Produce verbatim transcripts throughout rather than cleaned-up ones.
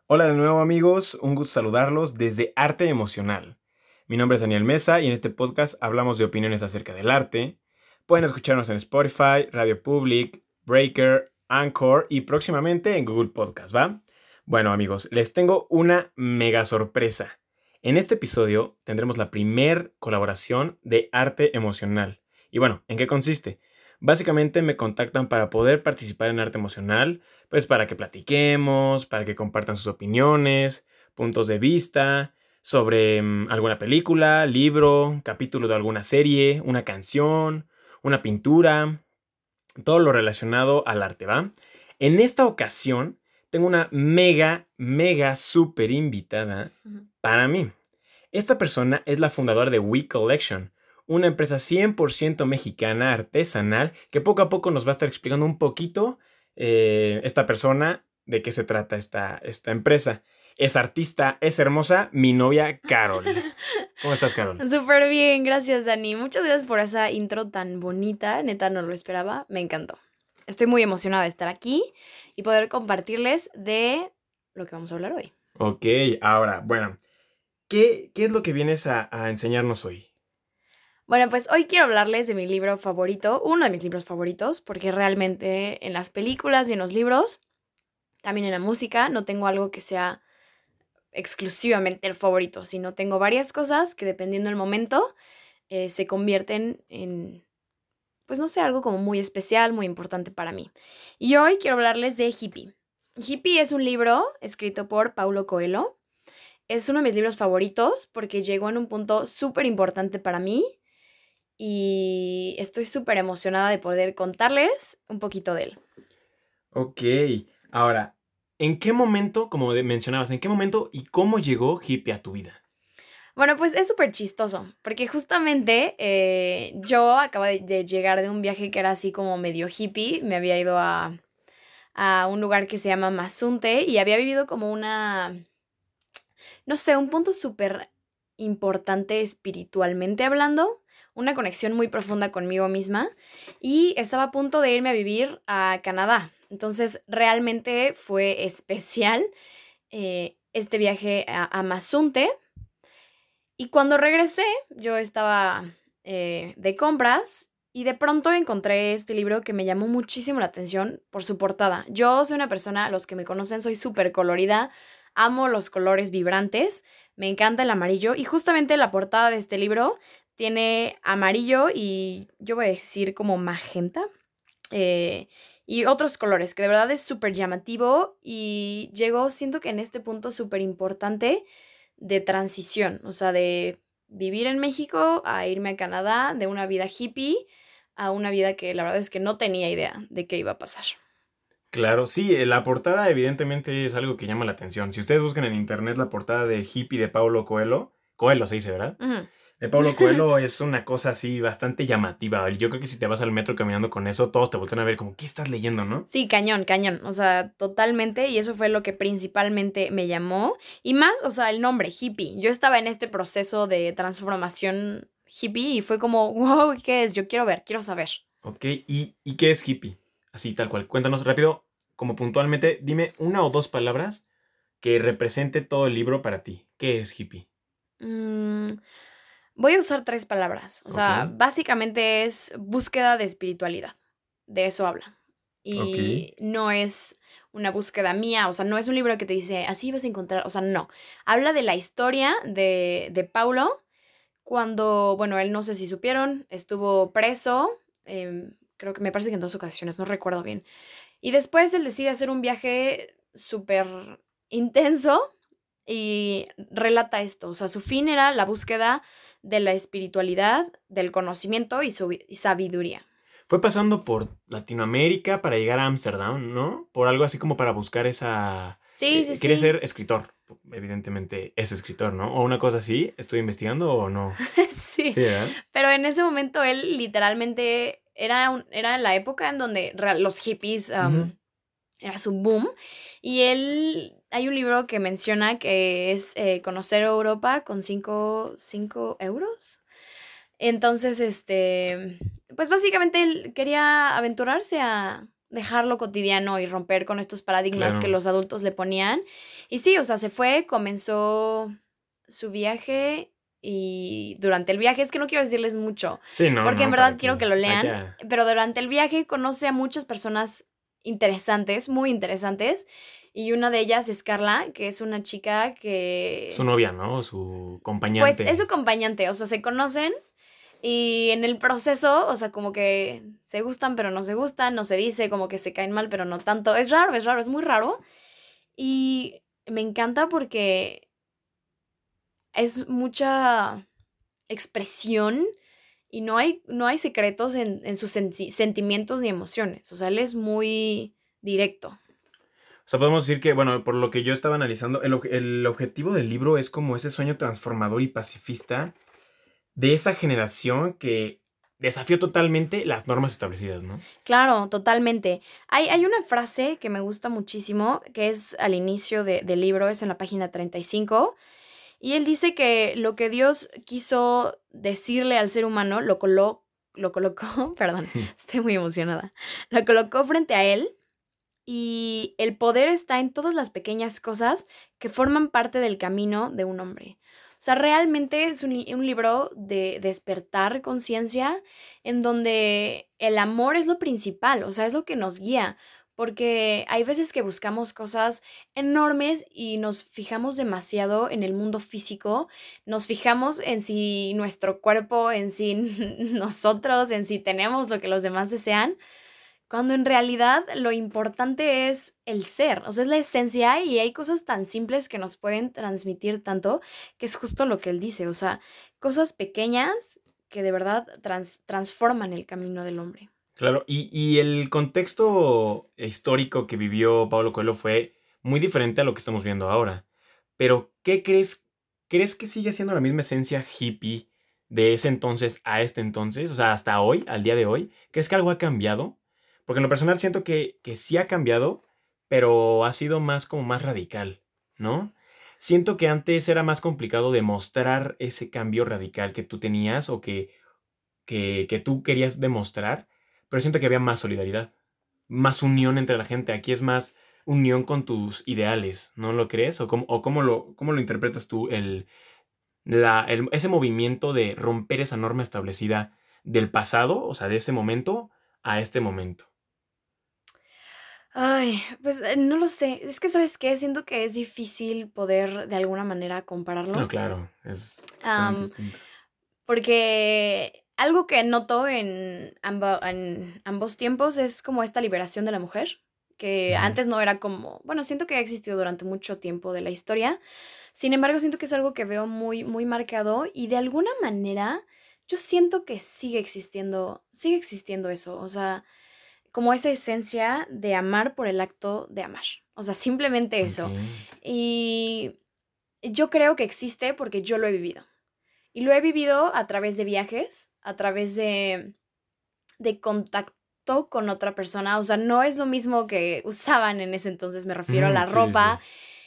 Hola de nuevo amigos, un gusto saludarlos desde Arte Emocional. Mi nombre es Daniel Mesa y en este podcast hablamos de opiniones acerca del arte. Pueden escucharnos en Spotify, Radio Public, Breaker, Anchor y próximamente en Google Podcast, ¿va? Bueno amigos, les tengo una mega sorpresa. En este episodio tendremos la primer colaboración de Arte Emocional. Y bueno, ¿en qué consiste? Básicamente me contactan para poder participar en Arte Emocional, pues para que platiquemos, para que compartan sus opiniones, puntos de vista sobre mm, alguna película, libro, capítulo de alguna serie, una canción, una pintura, todo lo relacionado al arte, ¿va? En esta ocasión tengo una mega, mega super invitada Ujú. para mí. Esta persona es la fundadora de We Collection, una empresa cien por ciento mexicana artesanal que poco a poco nos va a estar explicando un poquito eh, esta persona de qué se trata esta, esta empresa. Es artista, es hermosa, mi novia Carol. ¿Cómo estás, Carol? Súper bien, gracias, Dani. Muchas gracias por esa intro tan bonita. Neta, no lo esperaba. Me encantó. Estoy muy emocionada de estar aquí y poder compartirles de lo que vamos a hablar hoy. Ok, ahora, bueno, ¿qué, qué es lo que vienes a, a enseñarnos hoy? Bueno, pues hoy quiero hablarles de mi libro favorito, uno de mis libros favoritos, porque realmente en las películas y en los libros, también en la música, no tengo algo que sea exclusivamente el favorito, sino tengo varias cosas que dependiendo del momento eh, se convierten en, pues no sé, algo como muy especial, muy importante para mí. Y hoy quiero hablarles de Hippie. Hippie es un libro escrito por Paulo Coelho. Es uno de mis libros favoritos porque llegó en un punto súper importante para mí y estoy súper emocionada de poder contarles un poquito de él. Ok, ahora, ¿en qué momento, como de- mencionabas, en qué momento y cómo llegó Hippie a tu vida? Bueno, pues es súper chistoso, porque justamente eh, yo acabo de, de llegar de un viaje que era así como medio hippie. Me había ido a, a un lugar que se llama Mazunte y había vivido como una, no sé, un punto súper importante espiritualmente hablando, una conexión muy profunda conmigo misma y estaba a punto de irme a vivir a Canadá. Entonces realmente fue especial eh, este viaje a, a Mazunte y cuando regresé yo estaba eh, de compras y de pronto encontré este libro que me llamó muchísimo la atención por su portada. Yo soy una persona, los que me conocen, soy súper colorida, amo los colores vibrantes, me encanta el amarillo y justamente la portada de este libro tiene amarillo y yo voy a decir como magenta eh, y otros colores, que de verdad es súper llamativo y llegó, siento que en este punto súper importante de transición, o sea, de vivir en México a irme a Canadá, de una vida hippie a una vida que la verdad es que no tenía idea de qué iba a pasar. Claro, sí, eh, la portada evidentemente es algo que llama la atención. Si ustedes buscan en internet la portada de Hippie de Paulo Coelho, Coelho se dice, ¿verdad? Ujú. De Paulo Coelho es una cosa así bastante llamativa. Yo creo que si te vas al metro caminando con eso, todos te voltean a ver como, ¿qué estás leyendo, no? Sí, cañón, cañón, o sea, totalmente, y eso fue lo que principalmente me llamó, y más, o sea, el nombre, hippie. Yo estaba en este proceso de transformación hippie y fue como, wow, ¿qué es? Yo quiero ver, quiero saber. Ok, ¿y, y qué es hippie? Así, tal cual. Cuéntanos rápido, como puntualmente, dime una o dos palabras que represente todo el libro para ti. ¿Qué es hippie? Mm, voy a usar tres palabras, o Ok, sea, básicamente es búsqueda de espiritualidad, de eso habla. ok. Y no es una búsqueda mía, o sea, no es un libro que te dice, así vas a encontrar, o sea, no. Habla de la historia de, de Paulo cuando, bueno, él no sé si supieron, estuvo preso, em, creo que me parece que en dos ocasiones, no recuerdo bien. Y después él decide hacer un viaje súper intenso y relata esto, o sea, su fin era la búsqueda de la espiritualidad, del conocimiento y, su, y sabiduría. Fue pasando por Latinoamérica para llegar a Ámsterdam, ¿no? Por algo así como para buscar esa... Sí, sí, eh, quería sí. ser escritor. Evidentemente es escritor, ¿no? O una cosa así. ¿Estoy investigando o no? Sí, Sí, ¿verdad? pero en ese momento él literalmente era, un- era la época en donde real- los hippies Ujú. am, era su boom. Y él, hay un libro que menciona que es eh, conocer Europa con cinco, cinco euros. Entonces, este, pues básicamente él quería aventurarse a, dejarlo cotidiano y romper con estos paradigmas que Claro. los adultos le ponían. Y sí, o sea, se fue, comenzó su viaje y durante el viaje, es que no quiero decirles mucho, Sí, no, porque en no, verdad ¿para quiero que qué? lo Hay lean, que pero durante el viaje conoce a muchas personas interesantes, muy interesantes, y una de ellas es Carla, que es una chica su que, novia, ¿no? Su pues, es su acompañante. acompañante, o sea, se conocen y en el proceso, o sea, como que se gustan, pero no se gustan, no se dice, como que se caen mal, pero no tanto. Es raro, es raro, es muy raro. Y me encanta porque es mucha expresión y no hay, no hay secretos en, en sus senti- sentimientos ni emociones. O sea, él es muy directo. O sea, podemos decir que, bueno, por lo que yo estaba analizando, el, obje- el objetivo del libro es como ese sueño transformador y pacifista de esa generación que desafió totalmente las normas establecidas, ¿no? Claro, totalmente. Hay, hay una frase que me gusta muchísimo, que es al inicio de- del libro, es en la página treinta y cinco. Y él dice que lo que Dios quiso decirle al ser humano lo colo lo colocó, perdón, estoy muy emocionada, lo colocó frente a él y el poder está en todas las pequeñas cosas que forman parte del camino de un hombre. O sea, realmente es un, li- un libro de despertar conciencia en donde el amor es lo principal, o sea, es lo que nos guía, porque hay veces que buscamos cosas enormes y nos fijamos demasiado en el mundo físico, nos fijamos en si nuestro cuerpo, en si nosotros, en si tenemos lo que los demás desean, cuando en realidad lo importante es el ser, o sea, es la esencia y hay cosas tan simples que nos pueden transmitir tanto, que es justo lo que él dice, o sea, cosas pequeñas que de verdad trans- transforman el camino del hombre. Claro, y, y el contexto histórico que vivió Pablo Coelho fue muy diferente a lo que estamos viendo ahora. Pero, ¿qué crees? ¿Crees que sigue siendo la misma esencia hippie de ese entonces a este entonces? O sea, hasta hoy, al día de hoy. ¿Crees que algo ha cambiado? Porque en lo personal siento que, que sí ha cambiado, pero ha sido más como más radical, ¿no? Siento que antes era más complicado demostrar ese cambio radical que tú tenías o que que, que tú querías demostrar, pero siento que había más solidaridad, más unión entre la gente. Aquí es más unión con tus ideales, ¿no lo crees? ¿O cómo, o cómo, lo, cómo lo interpretas tú, el, la, el- ese movimiento de romper esa norma establecida del pasado, o sea, de ese momento a este momento? Ay, pues eh, no lo sé, es que ¿sabes qué? Siento que es difícil poder de alguna manera No, compararlo. claro, es totalmente Am, distinto. Porque algo que noto en, amba- en ambos tiempos es como esta liberación de la mujer, que Ujú. antes no era como, bueno, siento que ha existido durante mucho tiempo de la historia. Sin embargo, siento que es algo que veo muy, muy marcado y de alguna manera yo siento que sigue existiendo, sigue existiendo eso, o sea, como esa esencia de amar por el acto de amar, o sea, simplemente Ok, eso. Y yo creo que existe porque yo lo he vivido. Y lo he vivido a través de viajes, a través de, de contacto con otra persona. O sea, no es lo mismo que usaban en ese entonces, me refiero a ujú, la sí, sí, sí. ropa,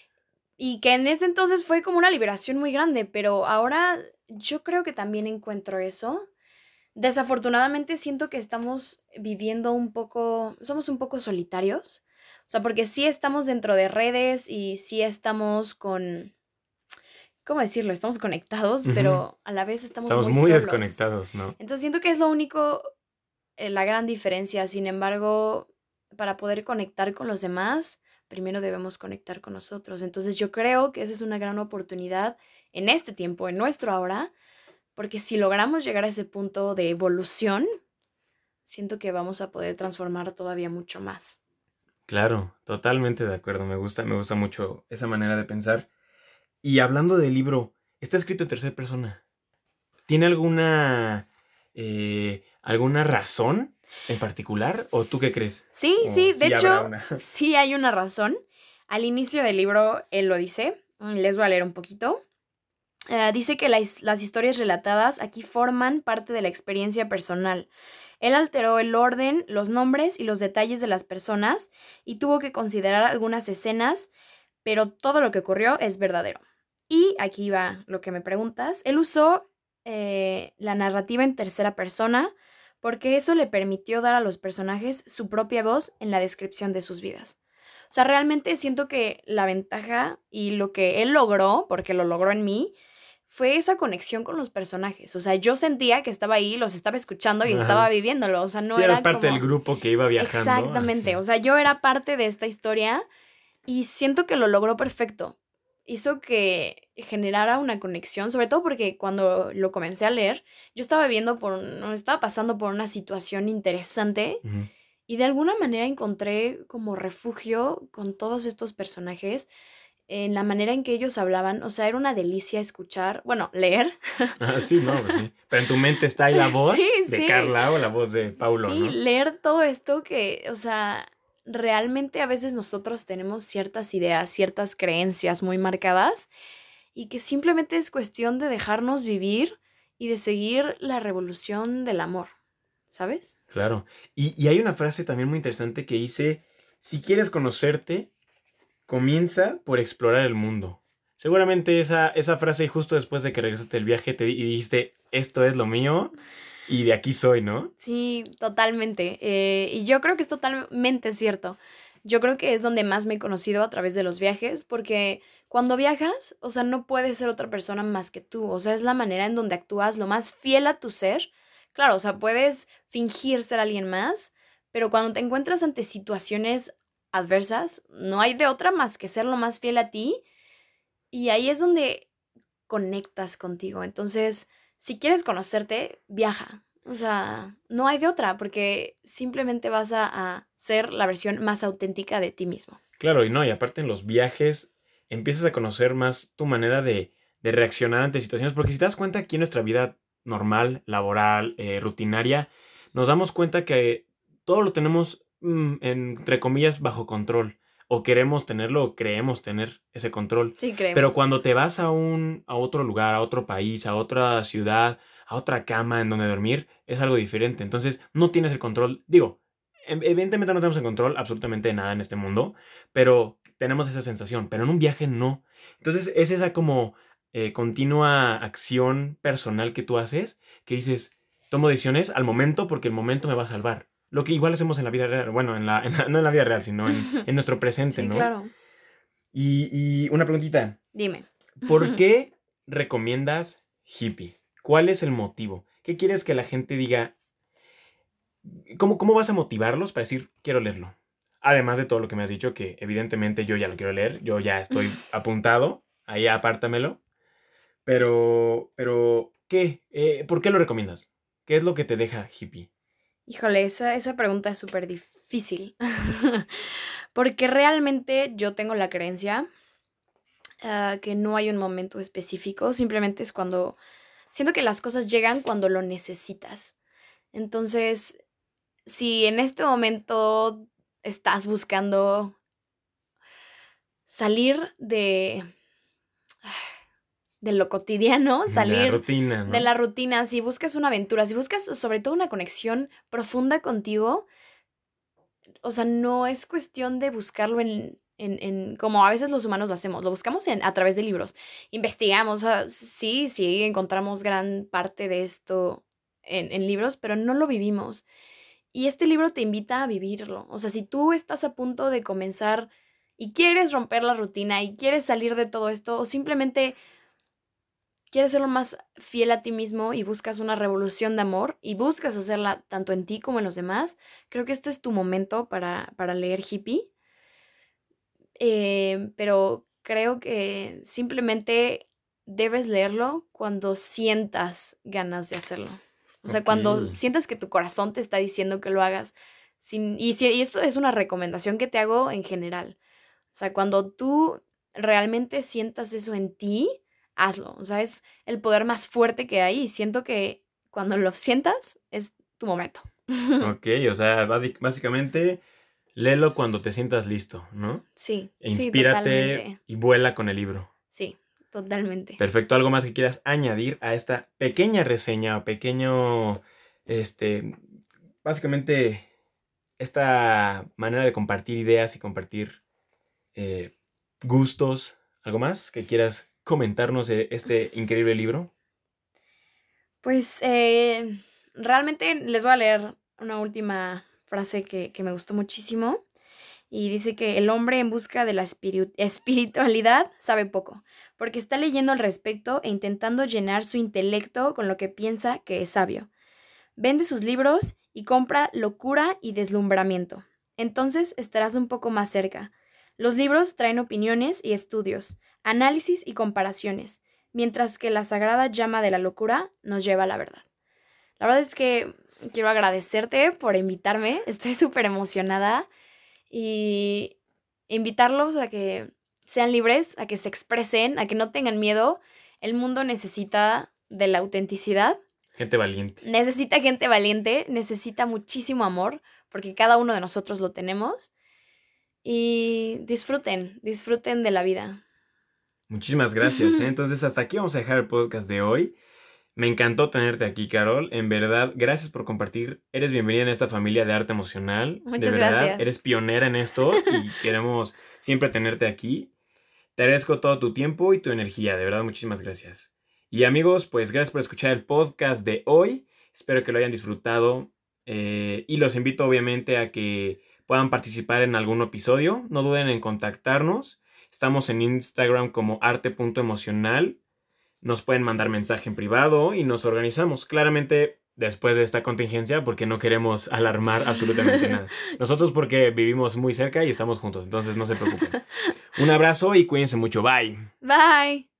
y que en ese entonces fue como una liberación muy grande, pero ahora yo creo que también encuentro eso. Desafortunadamente siento que estamos viviendo un poco, somos un poco solitarios. O sea, porque sí estamos dentro de redes y sí estamos con, ¿cómo decirlo? Estamos conectados, Ujú. pero a la vez estamos Estamos muy muy solos. desconectados, ¿no? Entonces siento que es lo único, eh, la gran diferencia. Sin embargo, para poder conectar con los demás, primero debemos conectar con nosotros. Entonces yo creo que esa es una gran oportunidad en este tiempo, en nuestro ahora, porque si logramos llegar a ese punto de evolución, siento que vamos a poder transformar todavía mucho más. Claro, totalmente de acuerdo. Me gusta, me gusta mucho esa manera de pensar. Y hablando del libro, está escrito en tercera persona. ¿Tiene alguna eh, alguna razón en particular? ¿O tú qué S- crees? Sí, O sí, de sí habrá hecho, una. sí hay una razón. Al inicio del libro, él lo dice. Mm, Les voy a leer un poquito. Eh, dice que las, las historias relatadas aquí forman parte de la experiencia personal. Él alteró el orden, los nombres y los detalles de las personas y tuvo que considerar algunas escenas, pero todo lo que ocurrió es verdadero. Y aquí va lo que me preguntas. Él usó eh, la narrativa en tercera persona porque eso le permitió dar a los personajes su propia voz en la descripción de sus vidas. O sea, realmente siento que la ventaja y lo que él logró, porque lo logró en mí, fue esa conexión con los personajes. O sea, yo sentía que estaba ahí, los estaba escuchando y estaba Ajá. viviéndolo. O sea, no Sí, eras era parte del como... grupo que iba viajando, Exactamente. O así. sea, yo era parte de esta historia y siento que lo logró perfecto. Hizo que generara una conexión, sobre todo porque cuando lo comencé a leer, yo estaba viendo por un- estaba pasando por una situación interesante Ujú. y de alguna manera encontré como refugio con todos estos personajes en la manera en que ellos hablaban. O sea, era una delicia escuchar, bueno, leer. Ah, sí, no, pues sí. Pero en tu mente está ahí la Sí, voz de sí. Carla o la voz de Paulo, Sí, ¿no? leer todo esto que, o sea, realmente a veces nosotros tenemos ciertas ideas, ciertas creencias muy marcadas y que simplemente es cuestión de dejarnos vivir y de seguir la revolución del amor, ¿sabes? Claro. Y, y hay una frase también muy interesante que dice, si quieres conocerte, comienza por explorar el mundo. Seguramente esa, esa frase justo después de que regresaste del viaje te di- y dijiste, esto es lo mío y de aquí soy, ¿no? Sí, totalmente. Eh, y yo creo que es totalmente cierto. Yo creo que es donde más me he conocido a través de los viajes, porque cuando viajas, o sea, no puedes ser otra persona más que tú. O sea, es la manera en donde actúas lo más fiel a tu ser. Claro, o sea, puedes fingir ser alguien más, pero cuando te encuentras ante situaciones adversas, no hay de otra más que ser lo más fiel a ti. Y ahí es donde conectas contigo. Entonces, si quieres conocerte, viaja. O sea, no hay de otra, porque simplemente vas a, a ser la versión más auténtica de ti mismo. Claro, y no, y aparte en los viajes empiezas a conocer más tu manera de, de reaccionar ante situaciones, porque si te das cuenta aquí en nuestra vida normal, laboral, eh, rutinaria, nos damos cuenta que todo lo tenemos, mm, entre comillas, bajo control, o queremos tenerlo, o creemos tener ese control. Sí, Pero creemos. cuando te vas a un, a otro lugar, a otro país, a otra ciudad, a otra cama en donde dormir, es algo diferente. Entonces, no tienes el control. Digo, em- evidentemente no tenemos el control absolutamente de nada en este mundo, pero tenemos esa sensación, pero en un viaje no. Entonces es esa como eh, continua acción personal que tú haces, que dices, tomo decisiones al momento porque el momento me va a salvar. Lo que igual hacemos en la vida real, bueno, en la, en la- no en la vida real, sino en, en nuestro presente, Sí, ¿no? claro. Y, y una preguntita, Dime. ¿por qué recomiendas Hippie? ¿Cuál es el motivo? ¿Qué quieres que la gente diga? ¿Cómo, cómo vas a motivarlos para decir, quiero leerlo? Además de todo lo que me has dicho, que evidentemente yo ya lo quiero leer, yo ya estoy apuntado, ahí apártamelo. Pero, pero, ¿qué? Eh, ¿por qué lo recomiendas? ¿Qué es lo que te deja hippie? Híjole, esa, esa pregunta es súper difícil. Porque realmente yo tengo la creencia ah, que no hay un momento específico, simplemente es cuando siento que las cosas llegan cuando lo necesitas. Entonces, si en este momento estás buscando salir de, de lo cotidiano, De la salir rutina, de ¿no? la rutina, si buscas una aventura, si buscas sobre todo una conexión profunda contigo, o sea, no es cuestión de buscarlo en, en, en como a veces los humanos lo hacemos, lo buscamos en, a través de libros, investigamos, o sea, sí, sí, encontramos gran parte de esto en, en libros, pero no lo vivimos. Y este libro te invita a vivirlo. O sea, si tú estás a punto de comenzar y quieres romper la rutina y quieres salir de todo esto, o simplemente quieres ser lo más fiel a ti mismo y buscas una revolución de amor y buscas hacerla tanto en ti como en los demás, creo que este es tu momento para, para leer Hippie. Eh, pero creo que simplemente debes leerlo cuando sientas ganas de hacerlo. O sea, Ok. cuando sientas que tu corazón te está diciendo que lo hagas. Sin, y, si- y esto es una recomendación que te hago en general. O sea, cuando tú realmente sientas eso en ti, hazlo. O sea, es el poder más fuerte que hay y siento que cuando lo sientas es tu momento. Ok, o sea, basi- básicamente, léelo cuando te sientas listo, ¿no? Sí, E sí, inspírate totalmente. y vuela con el libro. Sí, totalmente. Perfecto, ¿algo más que quieras añadir a esta pequeña reseña o pequeño, este, básicamente, esta manera de compartir ideas y compartir eh, gustos? ¿Algo más que quieras comentarnos de este increíble libro? Pues, eh, realmente les voy a leer una última frase que, que me gustó muchísimo. Y dice que el hombre en busca de la espiritu- espiritualidad sabe poco, porque está leyendo al respecto e intentando llenar su intelecto con lo que piensa que es sabio. Vende sus libros y compra locura y deslumbramiento. Entonces estarás un poco más cerca. Los libros traen opiniones y estudios, análisis y comparaciones, mientras que la sagrada llama de la locura nos lleva a la verdad. La verdad es que quiero agradecerte por invitarme, estoy súper emocionada y invitarlos a que sean libres, a que se expresen, a que no tengan miedo. El mundo necesita de la autenticidad. Gente valiente. Necesita gente valiente, necesita muchísimo amor, porque cada uno de nosotros lo tenemos. Y disfruten, disfruten de la vida. Muchísimas gracias, ¿eh? Entonces, hasta aquí vamos a dejar el podcast de hoy. Me encantó tenerte aquí, Carol. En verdad, gracias por compartir. Eres bienvenida en esta familia de arte emocional. Muchas de verdad, gracias. Eres pionera en esto y queremos siempre tenerte aquí. Te agradezco todo tu tiempo y tu energía. De verdad, muchísimas gracias. Y amigos, pues gracias por escuchar el podcast de hoy. Espero que lo hayan disfrutado. Eh, y los invito, obviamente, a que puedan participar en algún episodio. No duden en contactarnos. Estamos en Instagram como arte punto emocional. Nos pueden mandar mensaje en privado y nos organizamos. Claramente después de esta contingencia, porque no queremos alarmar absolutamente nada. Nosotros porque vivimos muy cerca y estamos juntos, entonces no se preocupen. Un abrazo y cuídense mucho. Bye. Bye.